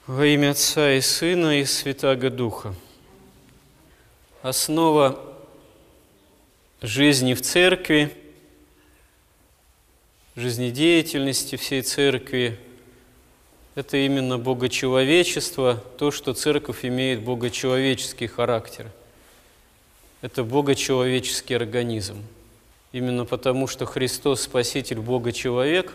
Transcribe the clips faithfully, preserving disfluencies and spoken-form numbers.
Во имя Отца и Сына и Святаго Духа. Основа жизни в Церкви, жизнедеятельности всей Церкви – это именно богочеловечество, то, что Церковь имеет богочеловеческий характер. Это богочеловеческий организм. Именно потому, что Христос – Спаситель, Бога-человек,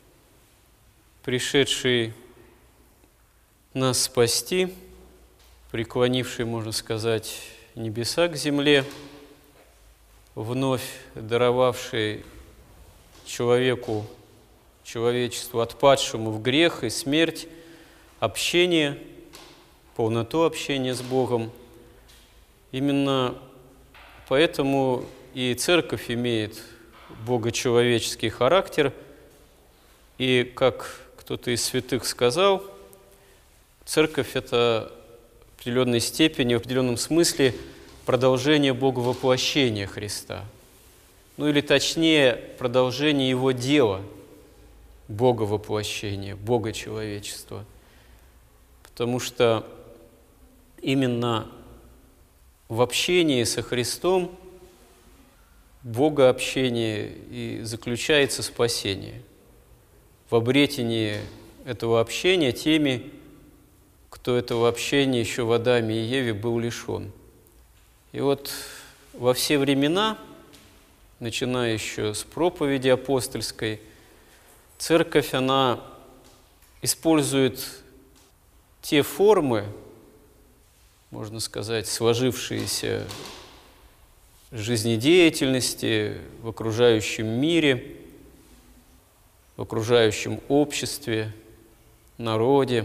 пришедший нас спасти, преклонивший, можно сказать, небеса к земле, вновь даровавший человеку, человечеству, отпадшему в грех и смерть, общение, полноту общения с Богом. Именно поэтому и Церковь имеет богочеловеческий характер, и, как кто-то из святых сказал, Церковь – это в определенной степени, в определенном смысле продолжение Боговоплощения Христа. Ну или точнее, продолжение Его дела, Боговоплощения, Богочеловечества. Потому что именно в общении со Христом, Богообщение и заключается спасение. В обретении этого общения теми, кто этого общения еще в Адаме и Еве был лишен. И вот во все времена, начиная еще с проповеди апостольской, Церковь, она использует те формы, можно сказать, сложившиеся жизнедеятельности в окружающем мире, в окружающем обществе, народе,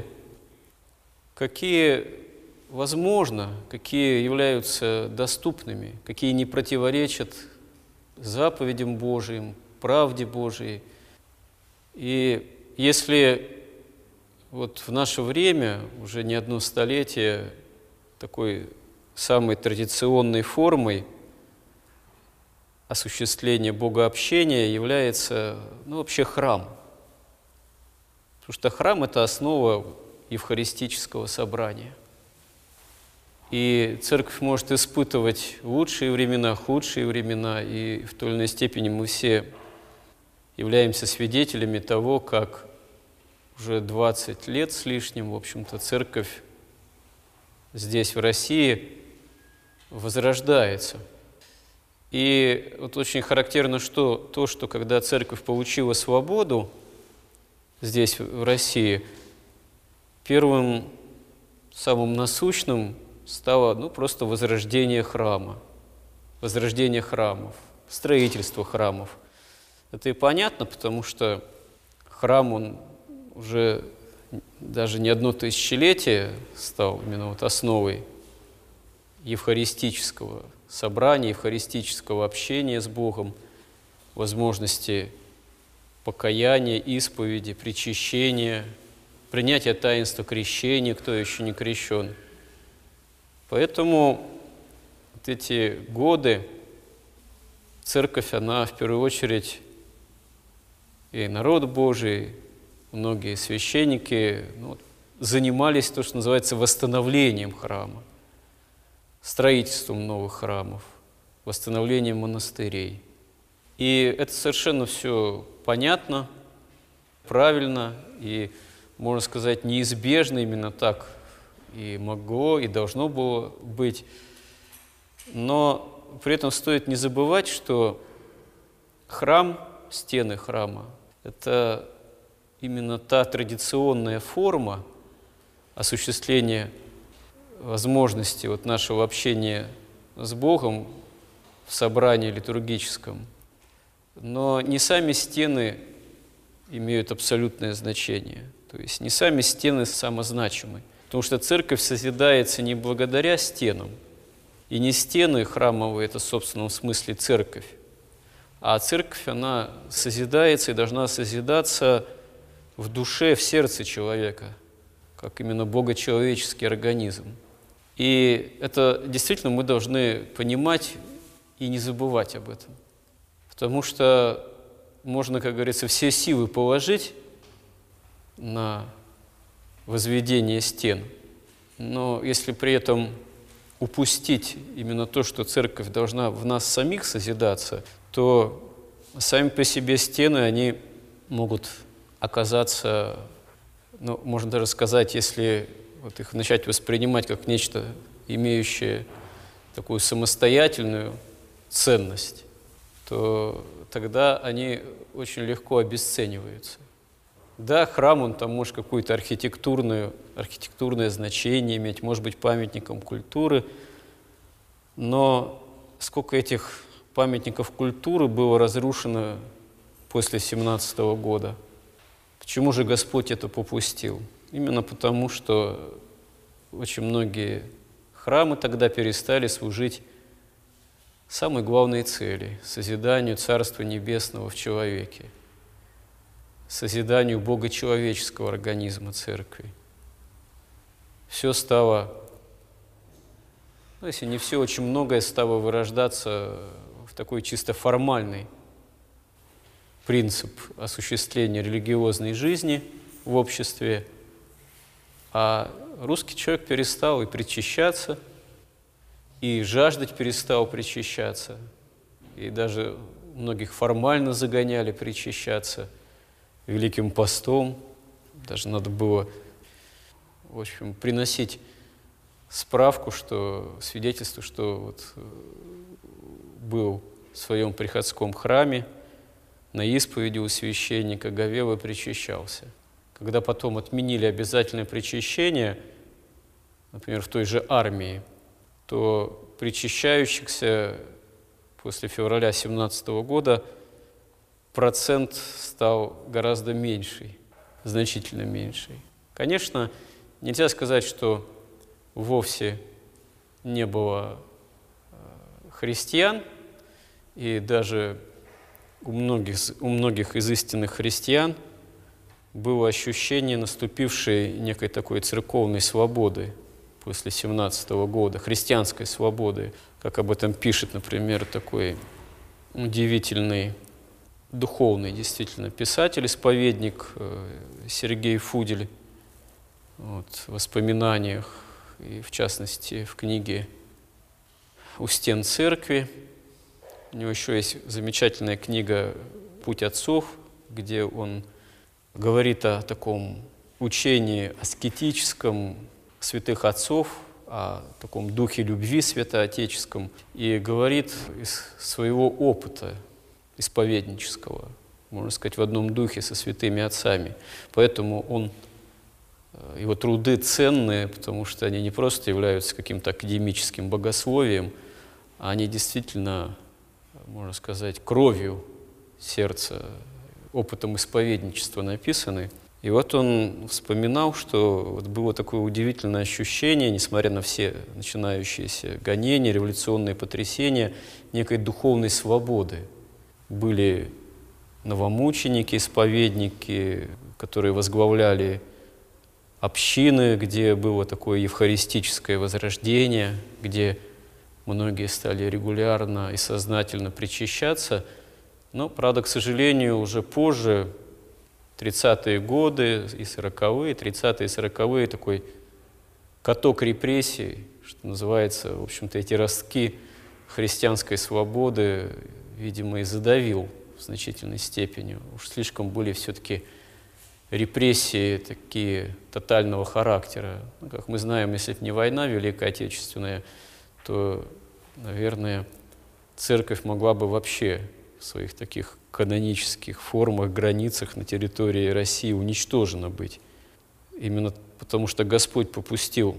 какие возможно, какие являются доступными, какие не противоречат заповедям Божиим, правде Божией. И если вот в наше время, уже не одно столетие, такой самой традиционной формой осуществления богообщения является, ну, вообще храм. Потому что храм – это основа евхаристического собрания. И Церковь может испытывать лучшие времена, худшие времена, и в той или иной степени мы все являемся свидетелями того, как уже двадцать лет с лишним, в общем-то, Церковь здесь, в России, возрождается. И вот очень характерно что, то, что когда Церковь получила свободу здесь, в России, первым, самым насущным стало, ну, просто возрождение храма, возрождение храмов, строительство храмов. Это и понятно, потому что храм, он уже даже не одно тысячелетие стал именно вот основой евхаристического собрания, евхаристического общения с Богом, возможности покаяния, исповеди, причащения, принятия таинства крещения, кто еще не крещен. Поэтому вот эти годы Церковь, она в первую очередь и народ Божий, многие священники, ну, занимались то, что называется восстановлением храма, строительством новых храмов, восстановлением монастырей. И это совершенно все понятно, правильно и, можно сказать, неизбежно, именно так и могло, и должно было быть. Но при этом стоит не забывать, что храм, стены храма – это именно та традиционная форма осуществления возможности вот нашего общения с Богом в собрании литургическом. Но не сами стены имеют абсолютное значение. То есть не сами стены самозначимы. Потому что Церковь созидается не благодаря стенам, и не стены храмовые – это в собственном смысле Церковь, а Церковь, она созидается и должна созидаться в душе, в сердце человека, как именно богочеловеческий организм. И это действительно мы должны понимать и не забывать об этом. Потому что можно, как говорится, все силы положить на возведения стен. Но если при этом упустить именно то, что церковь должна в нас самих созидаться, то сами по себе стены, они могут оказаться, ну, можно даже сказать, если вот их начать воспринимать как нечто, имеющее такую самостоятельную ценность, то тогда они очень легко обесцениваются. Да, храм, он там может какое-то архитектурное, архитектурное значение иметь, может быть памятником культуры, но сколько этих памятников культуры было разрушено после семнадцатого года? Почему же Господь это попустил? Именно потому, что очень многие храмы тогда перестали служить самой главной цели – созиданию Царства Небесного в человеке, созиданию богочеловеческого организма Церкви. Все стало, ну, если не все, очень многое стало вырождаться в такой чисто формальный принцип осуществления религиозной жизни в обществе, а русский человек перестал и причащаться, и жаждать перестал причащаться, и даже многих формально загоняли причащаться Великим постом. Даже надо было, в общем, приносить справку, что свидетельство, что вот был в своем приходском храме, на исповеди у священника говел и причащался. Когда потом отменили обязательное причащение, например, в той же армии, то причащающихся после февраля семнадцатого года процент стал гораздо меньший, значительно меньший. Конечно, нельзя сказать, что вовсе не было христиан, и даже у многих, у многих из истинных христиан было ощущение наступившей некой такой церковной свободы после семнадцатого года, христианской свободы, как об этом пишет, например, такой удивительный духовный действительно писатель-исповедник Сергей Фудель, вот, в воспоминаниях и, в частности, в книге «У стен церкви». У него еще есть замечательная книга «Путь отцов», где он говорит о таком учении аскетическом святых отцов, о таком духе любви святоотеческом, и говорит из своего опыта исповеднического, можно сказать, в одном духе со святыми отцами. Поэтому он, его труды ценные, потому что они не просто являются каким-то академическим богословием, а они действительно, можно сказать, кровью сердца, опытом исповедничества написаны. И вот он вспоминал, что вот было такое удивительное ощущение, несмотря на все начинающиеся гонения, революционные потрясения, некой духовной свободы. Были новомученики, исповедники, которые возглавляли общины, где было такое евхаристическое возрождение, где многие стали регулярно и сознательно причащаться. Но, правда, к сожалению, уже позже, тридцатые годы и сороковые, тридцатые и сороковые, такой каток репрессий, что называется, в общем-то, эти ростки христианской свободы, видимо, и задавил в значительной степени. Уж слишком были все-таки репрессии такие тотального характера. Ну, как мы знаем, если бы не война Великая Отечественная, то, наверное, церковь могла бы вообще в своих таких канонических формах, границах на территории России уничтожена быть. Именно потому что Господь попустил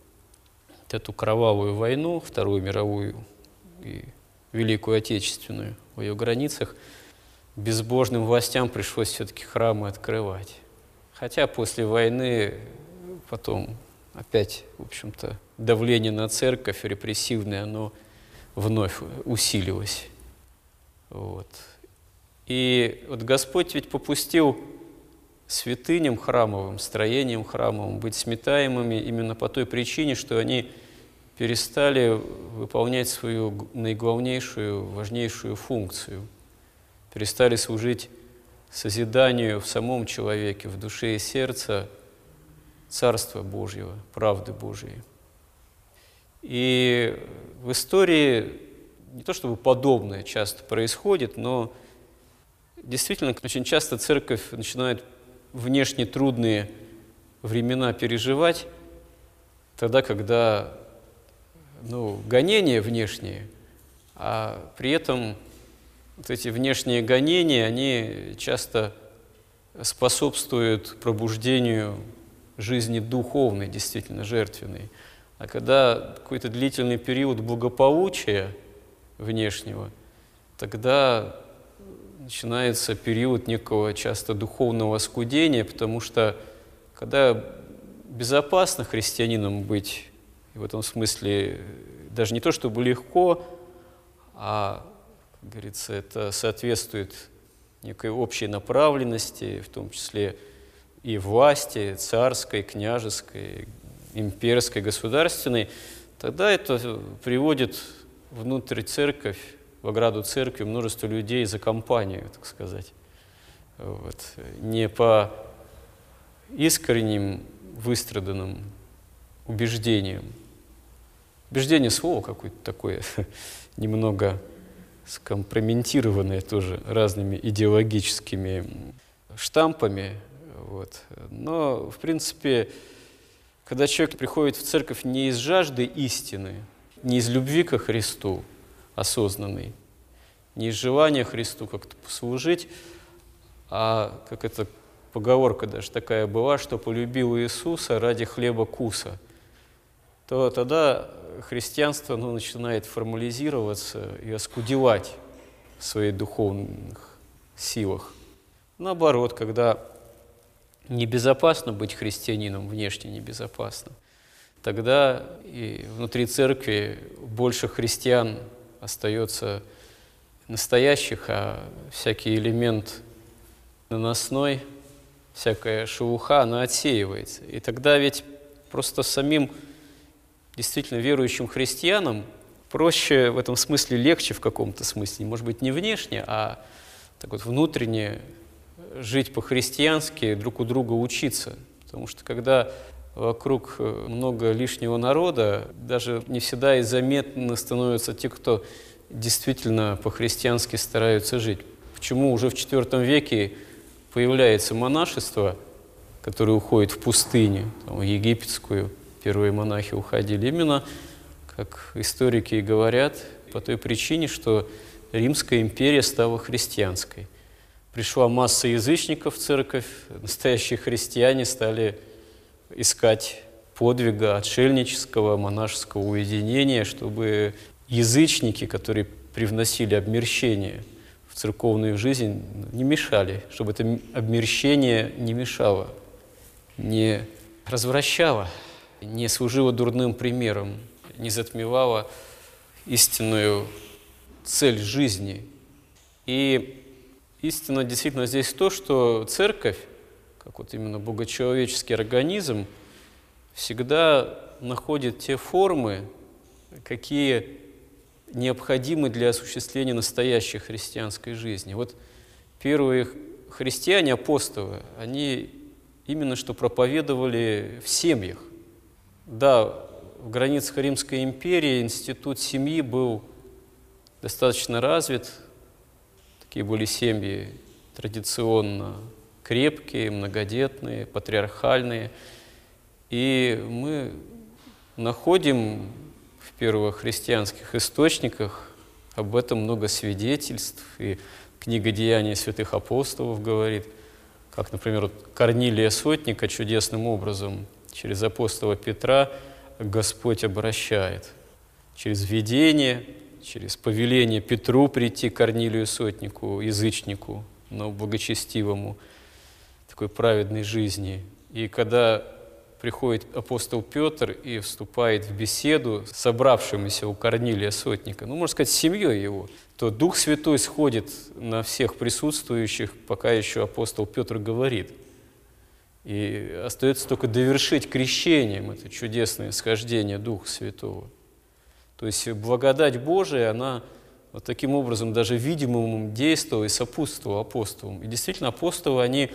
эту кровавую войну, Вторую мировую и Великую Отечественную в ее границах, безбожным властям пришлось все-таки храмы открывать. Хотя после войны потом опять, в общем-то, давление на церковь репрессивное, оно вновь усилилось. Вот. И вот Господь ведь попустил святыням храмовым, строениям храмовым быть сметаемыми именно по той причине, что они перестали выполнять свою наиглавнейшую, важнейшую функцию, перестали служить созиданию в самом человеке, в душе и сердце Царства Божьего, правды Божьей. И в истории не то чтобы подобное часто происходит, но действительно очень часто церковь начинает внешне трудные времена переживать, тогда, когда ну, гонения внешние, а при этом вот эти внешние гонения, они часто способствуют пробуждению жизни духовной, действительно жертвенной. А когда какой-то длительный период благополучия внешнего, тогда начинается период некого часто духовного оскудения, потому что когда безопасно христианином быть, и в этом смысле даже не то чтобы легко, а, как говорится, это соответствует некой общей направленности, в том числе и власти царской, княжеской, имперской, государственной, тогда это приводит внутрь церковь, в ограду церкви множество людей за компанию, так сказать. Вот. Не по искренним, выстраданным убеждениям. Убеждение — слово какое-то такое, немного скомпрометированное тоже разными идеологическими штампами. Вот. Но, в принципе, когда человек приходит в церковь не из жажды истины, не из любви ко Христу осознанной, не из желания Христу как-то послужить, а, как эта поговорка даже такая была, что полюбил Иисуса ради хлеба куса, то тогда христианство ну, начинает формализироваться и оскудевать в своих духовных силах. Наоборот, когда небезопасно быть христианином, внешне небезопасно, тогда и внутри церкви больше христиан остается настоящих, а всякий элемент наносной, всякая шелуха, она отсеивается. И тогда ведь просто самим действительно верующим христианам проще, в этом смысле легче в каком-то смысле, может быть, не внешне, а так вот внутренне жить по-христиански, друг у друга учиться. Потому что когда вокруг много лишнего народа, даже не всегда и заметно становятся те, кто действительно по-христиански стараются жить. Почему уже в четвёртом веке появляется монашество, которое уходит в пустыню, там, египетскую, первые монахи уходили именно, как историки и говорят, по той причине, что Римская империя стала христианской. Пришла масса язычников в церковь, настоящие христиане стали искать подвига отшельнического, монашеского уединения, чтобы язычники, которые привносили обмерщение в церковную жизнь, не мешали, чтобы это обмерщение не мешало, не развращало, не служило дурным примером, не затмевало истинную цель жизни. И истина действительно здесь то, что церковь, как вот именно богочеловеческий организм, всегда находит те формы, какие необходимы для осуществления настоящей христианской жизни. Вот первые христиане, апостолы, они именно что проповедовали в семьях. Да, в границах Римской империи институт семьи был достаточно развит. Такие были семьи традиционно крепкие, многодетные, патриархальные. И мы находим в первохристианских источниках об этом много свидетельств. И книга «Деяния святых апостолов» говорит, как, например, вот Корнилия Сотника чудесным образом через апостола Петра Господь обращает. Через видение, через повеление Петру прийти к Корнилию Сотнику, язычнику, но благочестивому, такой праведной жизни. И когда приходит апостол Петр и вступает в беседу с собравшимися у Корнилия Сотника, ну, можно сказать, с семьей его, то Дух Святой сходит на всех присутствующих, пока еще апостол Петр говорит. И остается только довершить крещением это чудесное схождение Духа Святого. То есть благодать Божия, она вот таким образом даже видимым действовала и сопутствовала апостолам. И действительно апостолы, они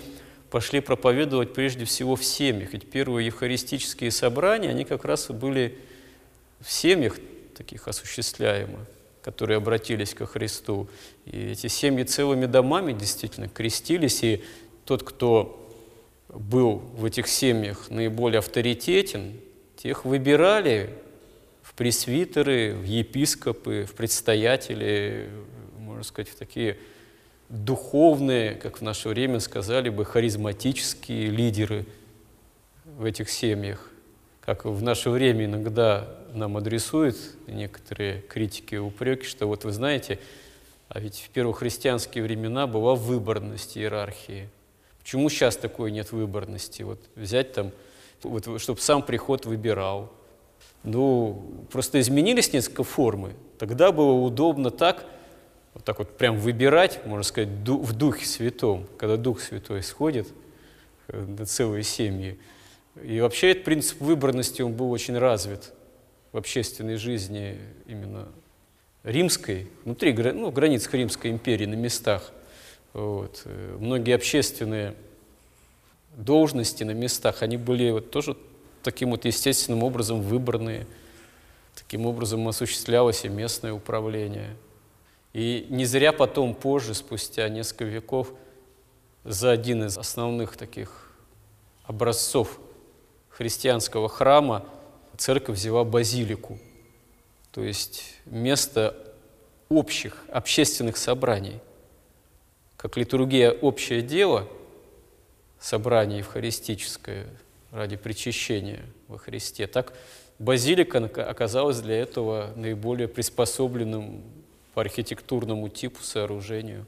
пошли проповедовать прежде всего в семьях. Ведь первые евхаристические собрания, они как раз были в семьях таких осуществляемых, которые обратились ко Христу. И эти семьи целыми домами действительно крестились, и тот, кто был в этих семьях наиболее авторитетен, тех выбирали в пресвитеры, в епископы, в предстоятели, можно сказать, в такие духовные, как в наше время сказали бы, харизматические лидеры в этих семьях. Как в наше время иногда нам адресуют некоторые критики и упреки, что вот вы знаете, а ведь в первохристианские времена была выборность иерархии. Почему сейчас такой нет выборности? Вот взять там, вот, чтобы сам приход выбирал. Ну, просто изменились несколько формы. Тогда было удобно так, вот так вот прям выбирать, можно сказать, в Духе Святом, когда Дух Святой сходит на целые семьи. И вообще этот принцип выборности, он был очень развит в общественной жизни именно римской, внутри ну, границ Римской империи, на местах. Вот. Многие общественные должности на местах, они были вот тоже таким вот естественным образом выбранные. Таким образом осуществлялось и местное управление. И не зря потом, позже, спустя несколько веков, за один из основных таких образцов христианского храма церковь взяла базилику, то есть место общих, общественных собраний. Как литургия – общее дело, собрание евхаристическое ради причащения во Христе, так базилика оказалась для этого наиболее приспособленным по архитектурному типу сооружению.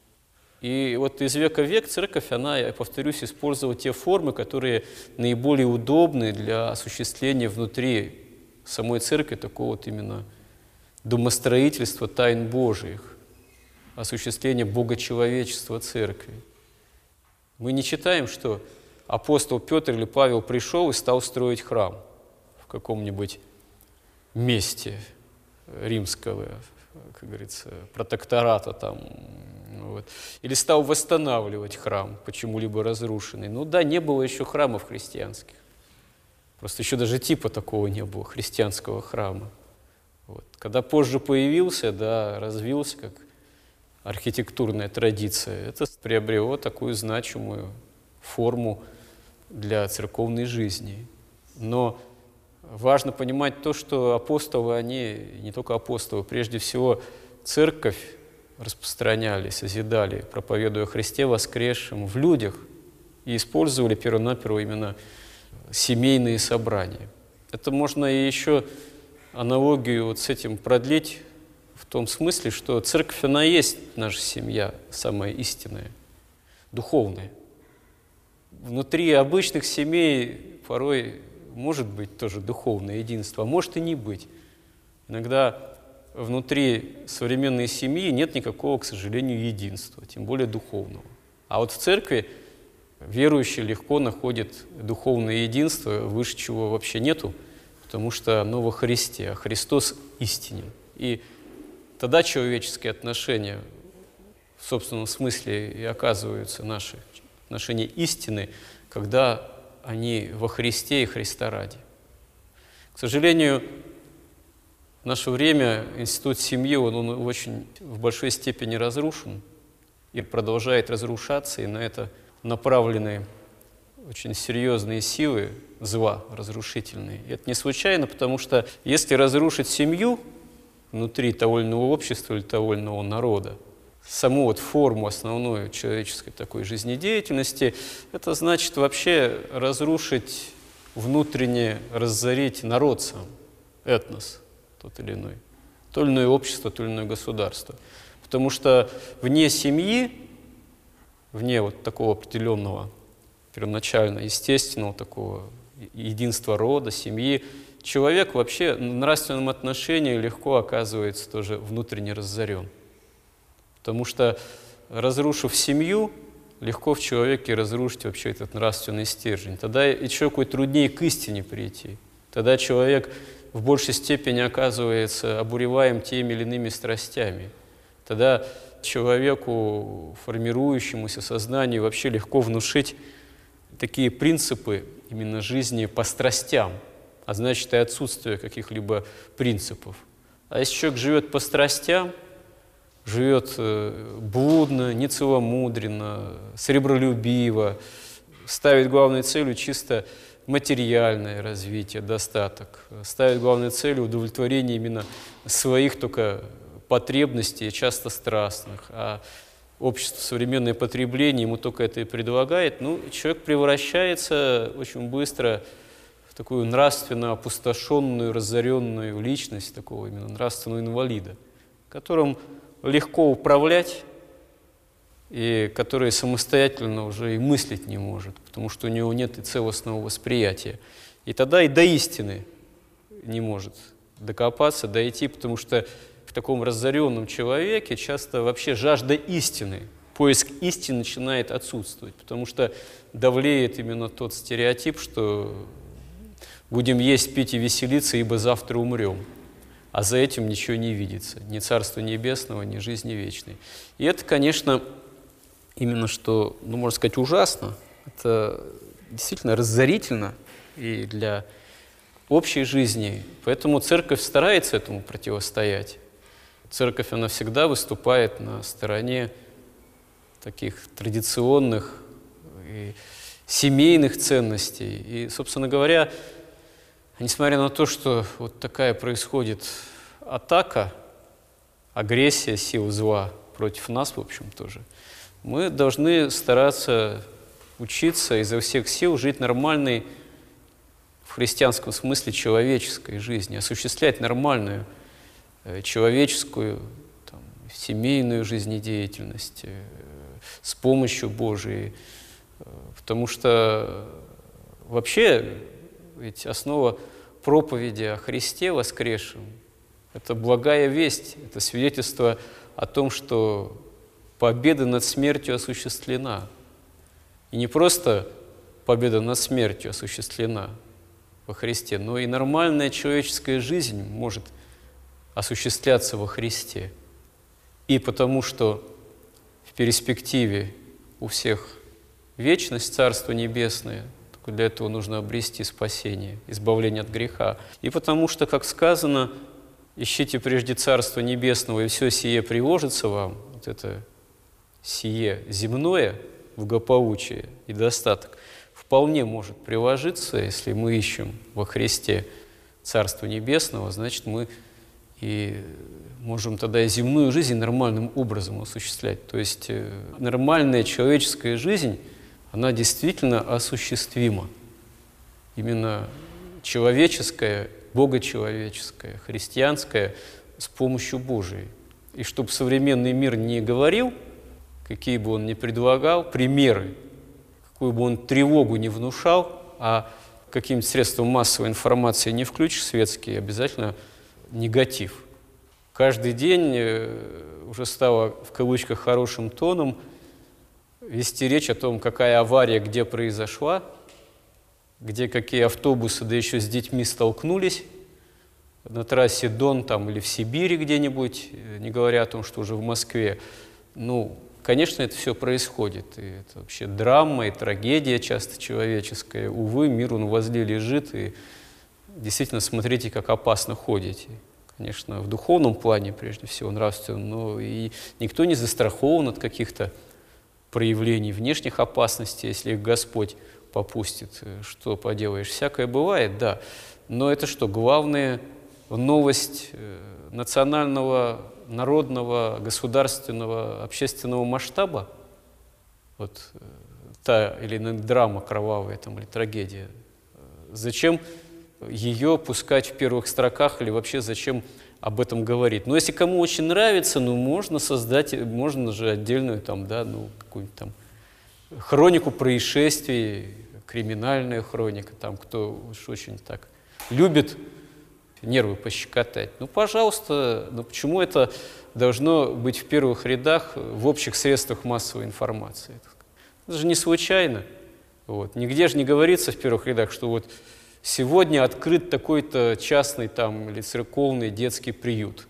И вот из века в век церковь, она, я повторюсь, использовала те формы, которые наиболее удобны для осуществления внутри самой церкви такого вот именно домостроительства тайн Божиих, осуществления богочеловечества церкви. Мы не читаем, что апостол Петр или Павел пришел и стал строить храм в каком-нибудь месте римского, как говорится, протектората там, вот. Или стал восстанавливать храм, почему-либо разрушенный. Ну да, не было еще храмов христианских. Просто еще даже типа такого не было, христианского храма. Вот. Когда позже появился, да, развился как архитектурная традиция, это приобрело такую значимую форму для церковной жизни. Но важно понимать то, что апостолы, они, не только апостолы, прежде всего церковь распространяли, созидали, проповедуя о Христе воскресшем в людях и использовали первонаперво именно семейные собрания. Это можно и еще аналогию вот с этим продлить в том смысле, что церковь, она есть наша семья, самая истинная, духовная. Внутри обычных семей порой может быть тоже духовное единство, а может и не быть. Иногда внутри современной семьи нет никакого, к сожалению, единства, тем более духовного. А вот в церкви верующий легко находит духовное единство, выше чего вообще нету, потому что оно во Христе, а Христос истинен. И тогда человеческие отношения в собственном смысле и оказываются наши отношения истины, когда они во Христе и Христа ради. К сожалению, в наше время институт семьи, он, он очень в большой степени разрушен и продолжает разрушаться, и на это направлены очень серьезные силы зла разрушительные. И это не случайно, потому что если разрушить семью внутри того или иного общества или того или иного народа, саму вот форму основной человеческой такой жизнедеятельности, это значит вообще разрушить, внутренне разорить народ сам, этнос тот или иной, то или иное общество, то или иное государство. Потому что вне семьи, вне вот такого определенного, первоначально естественного такого единства рода, семьи, человек вообще в нравственном отношении легко оказывается тоже внутренне разорен. Потому что, разрушив семью, легко в человеке разрушить вообще этот нравственный стержень. Тогда и человеку труднее к истине прийти. Тогда человек в большей степени оказывается обуреваем теми или иными страстями. Тогда человеку, формирующемуся сознанию, вообще легко внушить такие принципы именно жизни по страстям, а значит и отсутствие каких-либо принципов. А если человек живет по страстям, живет блудно, нецеломудренно, сребролюбиво, ставит главной целью чисто материальное развитие, достаток, ставит главной целью удовлетворение именно своих только потребностей, часто страстных, а общество современное потребление ему только это и предлагает, ну, человек превращается очень быстро в такую нравственно опустошенную, разоренную личность, такого именно нравственного инвалида, которым легко управлять, и который самостоятельно уже и мыслить не может, потому что у него нет и целостного восприятия. И тогда и до истины не может докопаться, дойти, потому что в таком разоренном человеке часто вообще жажда истины, поиск истины начинает отсутствовать, потому что давлеет именно тот стереотип, что будем есть, пить и веселиться, ибо завтра умрем. А за этим ничего не видится, ни Царства Небесного, ни жизни вечной. И это, конечно, именно что, ну, можно сказать, ужасно, это действительно разорительно и для общей жизни. Поэтому церковь старается этому противостоять. Церковь, она всегда выступает на стороне таких традиционных и семейных ценностей. И, собственно говоря, несмотря на то, что вот такая происходит атака, агрессия сил зла против нас, в общем, тоже, мы должны стараться учиться изо всех сил жить нормальной, в христианском смысле, человеческой жизнью, осуществлять нормальную э, человеческую, там, семейную жизнедеятельность э, с помощью Божией. Э, потому что вообще ведь основа проповеди о Христе воскресшем – это благая весть, это свидетельство о том, что победа над смертью осуществлена. И не просто победа над смертью осуществлена во Христе, но и нормальная человеческая жизнь может осуществляться во Христе. И потому что в перспективе у всех вечность, Царство Небесное, только для этого нужно обрести спасение, избавление от греха. И потому что, как сказано, ищите прежде Царство Небесного, и все сие приложится вам, вот это сие земное, благополучие и достаток, вполне может приложиться, если мы ищем во Христе Царство Небесного, значит, мы и можем тогда и земную жизнь нормальным образом осуществлять. То есть нормальная человеческая жизнь, она действительно осуществима. Именно человеческая, богочеловеческая, христианская с помощью Божией. И чтобы современный мир не говорил, какие бы он ни предлагал, примеры, какую бы он тревогу не внушал, а каким-то средством массовой информации не включишь светские, обязательно негатив. Каждый день уже стало в кавычках хорошим тоном вести речь о том, какая авария где произошла, где какие автобусы, да еще с детьми столкнулись на трассе Дон там, или в Сибири где-нибудь, не говоря о том, что уже в Москве. Ну, конечно, это все происходит. И это вообще драма и трагедия часто человеческая. Увы, мир он возле лежит, и действительно смотрите, как опасно ходите. Конечно, в духовном плане, прежде всего, нравственном, но и никто не застрахован от каких-то проявлений внешних опасностей, если их Господь попустит. Что поделаешь? Всякое бывает, да. Но это что, главная новость национального, народного, государственного, общественного масштаба? Вот та или иная драма кровавая там, или трагедия. Зачем ее пускать в первых строках или вообще зачем об этом говорить? Но если кому очень нравится, ну можно создать, можно же отдельную там, да, ну какую-нибудь там хронику происшествий, криминальная хроника, там кто уж очень так любит нервы пощекотать. Ну, пожалуйста, но почему это должно быть в первых рядах в общих средствах массовой информации? Это же не случайно. Вот. Нигде же не говорится в первых рядах, что вот сегодня открыт такой-то частный там или церковный детский приют,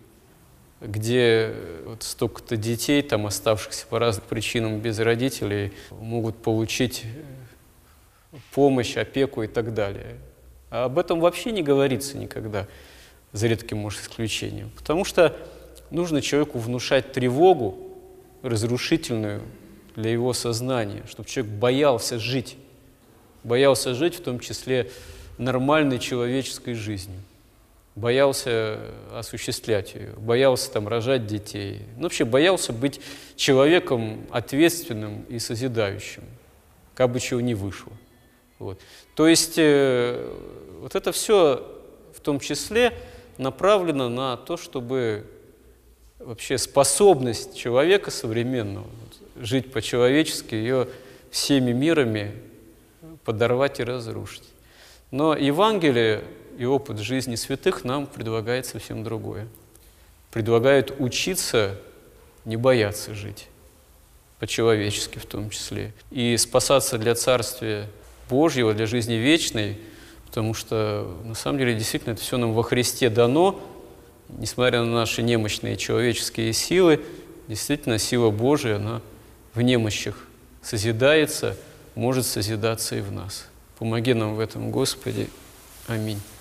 где вот столько-то детей, там, оставшихся по разным причинам без родителей, могут получить помощь, опеку и так далее. А об этом вообще не говорится никогда, за редким, может, исключением. Потому что нужно человеку внушать тревогу разрушительную для его сознания, чтобы человек боялся жить, боялся жить в том числе нормальной человеческой жизнью, боялся осуществлять ее, боялся там рожать детей, ну, вообще боялся быть человеком ответственным и созидающим, как бы чего не вышло. Вот. То есть э, вот это все в том числе направлено на то, чтобы вообще способность человека современного жить по-человечески, ее всеми мирами подорвать и разрушить. Но Евангелие и опыт жизни святых нам предлагает совсем другое. Предлагает учиться не бояться жить, по-человечески в том числе, и спасаться для Царствия Божьего, для жизни вечной, потому что, на самом деле, действительно, это все нам во Христе дано, несмотря на наши немощные человеческие силы, действительно, сила Божия, она в немощах созидается, может созидаться и в нас. Помоги нам в этом, Господи. Аминь.